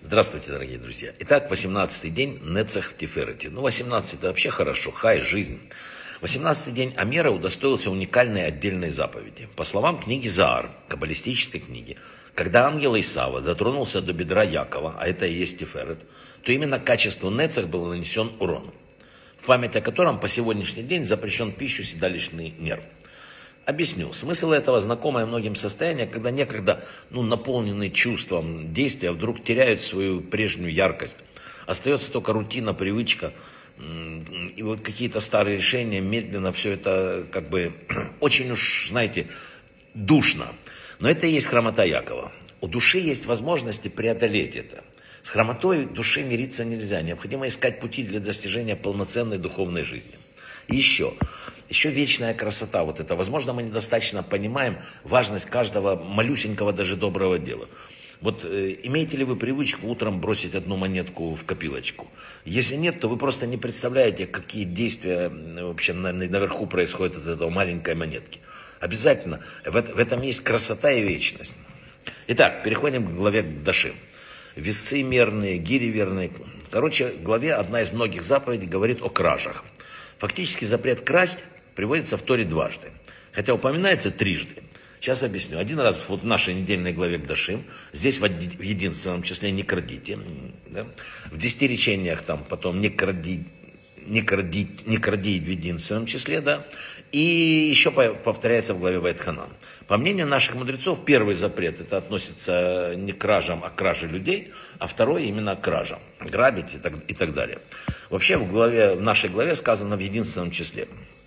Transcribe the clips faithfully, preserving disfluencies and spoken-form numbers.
Здравствуйте, дорогие друзья. Итак, восемнадцатый день Нецах Тиферете. Ну, восемнадцать это вообще хорошо, хай, жизнь. восемнадцатый день Амера удостоился уникальной отдельной заповеди. По словам книги Заар, каббалистической книги, когда ангел Исава дотронулся до бедра Якова, а это и есть Тиферет, то именно качеству Нецах был нанесен урон, в память о котором по сегодняшний день запрещен пищу седалищный нерв. Объясню. Смысл этого знакомое многим состояние, когда некогда ну, наполненные чувством действия вдруг теряют свою прежнюю яркость. Остается только рутина, привычка. И вот какие-то старые решения, медленно все это как бы очень уж, знаете, душно. Но это и есть хромота Якова. У души есть возможности преодолеть это. С хромотой души мириться нельзя. Необходимо искать пути для достижения полноценной духовной жизни. И еще, еще вечная красота вот это. Возможно, мы недостаточно понимаем важность каждого малюсенького, даже доброго дела. Вот э, имеете ли вы привычку утром бросить одну монетку в копилочку? Если нет, то вы просто не представляете, какие действия вообще на, наверху происходят от этого маленькой монетки. Обязательно. В, в этом есть красота и вечность. Итак, переходим к главе Дашим. Весцы мерные, гири верные. Короче, в главе одна из многих заповедей говорит о кражах. Фактически запрет красть приводится в Торе дважды, хотя упоминается трижды. Сейчас объясню. Один раз вот в нашей недельной главе Кдашим, здесь в единственном числе не крадите. Да? В десяти речениях там потом не кради, не кради, не кради в единственном числе, да. И еще повторяется в главе Ваэтханан. По мнению наших мудрецов, первый запрет это относится не к кражам, а к краже людей, а второй именно к кражам, грабить и так, и так далее. Вообще в, главе, в нашей главе сказано в единственном числе.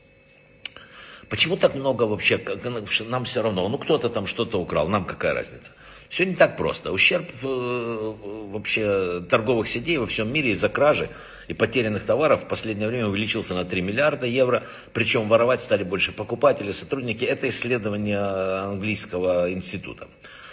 Почему так много вообще, нам все равно, ну кто-то там что-то украл, нам какая разница? Все не так просто. Ущерб э, вообще торговых сетей во всем мире из-за кражи и потерянных товаров в последнее время увеличился на три миллиарда евро. Причем воровать стали больше покупатели, сотрудники. Это исследование английского института.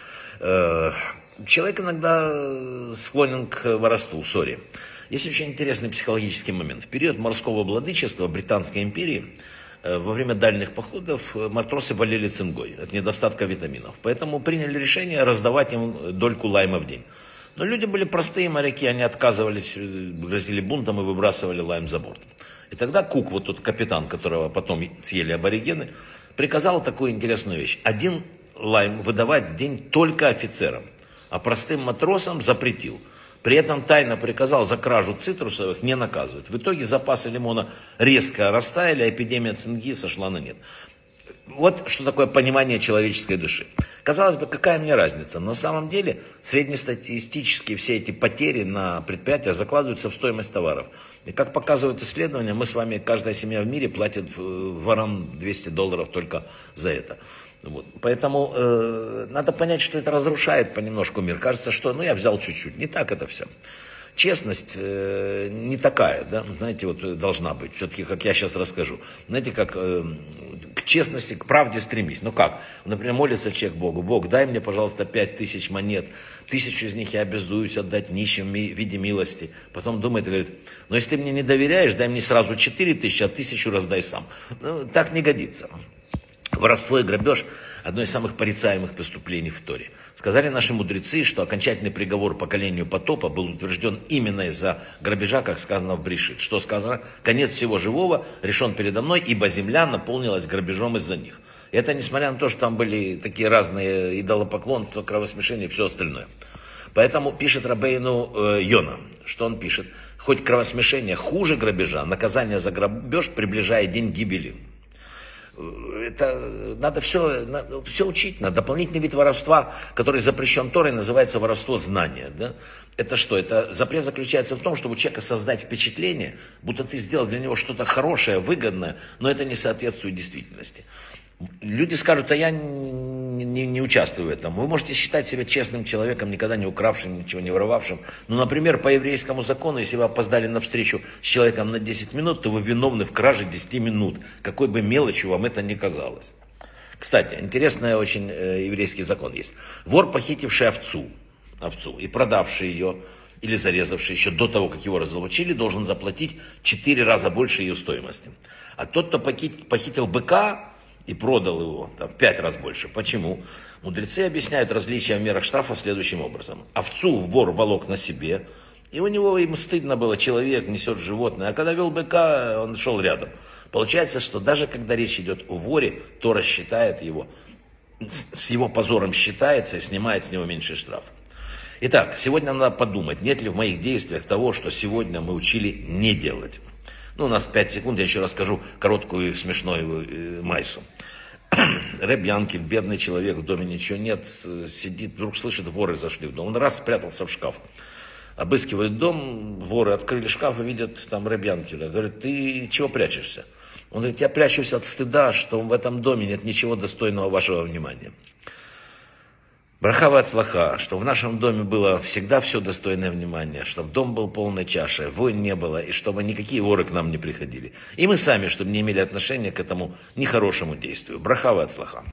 Э, человек иногда склонен к воровству, сори. Есть очень интересный психологический момент. В период морского владычества Британской империи во время дальних походов матросы болели цингой от недостатка витаминов. Поэтому приняли решение раздавать им дольку лайма в день. Но люди были простые моряки, они отказывались, грозили бунтом и выбрасывали лайм за борт. И тогда Кук, вот тот капитан, которого потом съели аборигены, приказал такую интересную вещь. Один лайм выдавать в день только офицерам, а простым матросам запретил. При этом тайно приказал за кражу цитрусовых не наказывать. В итоге запасы лимона резко растаяли, а эпидемия цинги сошла на нет. Вот что такое понимание человеческой души. Казалось бы, какая мне разница? Но на самом деле среднестатистически все эти потери на предприятия закладываются в стоимость товаров. И как показывают исследования, мы с вами, каждая семья в мире платит ворам двести долларов только за это. Вот. Поэтому э, надо понять, что это разрушает понемножку мир. Кажется, что ну я взял чуть-чуть. Не так это все. Честность э, не такая, да, знаете, вот должна быть. Все-таки, как я сейчас расскажу. Знаете, как э, к честности, к правде стремись. Ну как? Например, молится человек Богу. Бог, дай мне, пожалуйста, пять тысяч монет. Тысячу из них я обязуюсь отдать нищим в виде милости. Потом думает и говорит, но если ты мне не доверяешь, дай мне сразу четыре тысячи, а тысячу раздай сам. Ну, так не годится. Воровство и грабеж – одно из самых порицаемых преступлений в Торе. Сказали наши мудрецы, что окончательный приговор поколению потопа был утвержден именно из-за грабежа, как сказано в Брешит. Что сказано? Конец всего живого решен передо мной, ибо земля наполнилась грабежом из-за них. И это несмотря на то, что там были такие разные идолопоклонства, кровосмешения и все остальное. Поэтому пишет Рабейну э, Йона, что он пишет. Хоть кровосмешение хуже грабежа, наказание за грабеж приближает день гибели. Это надо все, надо все учить. Надо. Дополнительный вид воровства, который запрещен Торой, называется воровство знания. Да? Это что? Это запрет заключается в том, чтобы у человека создать впечатление, будто ты сделал для него что-то хорошее, выгодное, но это не соответствует действительности. Люди скажут, а я не, не, не участвую в этом. Вы можете считать себя честным человеком, никогда не укравшим, ничего не воровавшим. Ну, например, по еврейскому закону, если вы опоздали на встречу с человеком на десять минут, то вы виновны в краже десяти минут. Какой бы мелочью вам это ни казалось. Кстати, интересный очень э, еврейский закон есть. Вор, похитивший овцу, овцу и продавший ее, или зарезавший еще до того, как его разоблачили, должен заплатить четыре раза больше ее стоимости. А тот, кто похитил быка, и продал его там, в пять раз больше. Почему? Мудрецы объясняют различия в мерах штрафа следующим образом. Овцу вор волок на себе, и у него ему стыдно было, человек несет животное, а когда вел быка, он шел рядом. Получается, что даже когда речь идет о воре, Тора считает его, с его позором считается и снимает с него меньший штраф. Итак, сегодня надо подумать, нет ли в моих действиях того, что сегодня мы учили не делать. Ну, у нас пять секунд, я еще расскажу короткую и смешную майсу. Реб Янкель, бедный человек, в доме ничего нет, сидит, вдруг слышит, воры зашли в дом. Он раз спрятался в шкаф. Обыскивают дом, воры открыли шкаф и видят там Реб Янкеля. Говорят, ты чего прячешься? Он говорит, я прячусь от стыда, что в этом доме нет ничего достойного вашего внимания. Браха вацлаха, что в нашем доме было всегда все достойное внимания, чтобы дом был полной чашей, войн не было, и чтобы никакие воры к нам не приходили. И мы сами, чтобы не имели отношения к этому нехорошему действию. Браха вацлаха.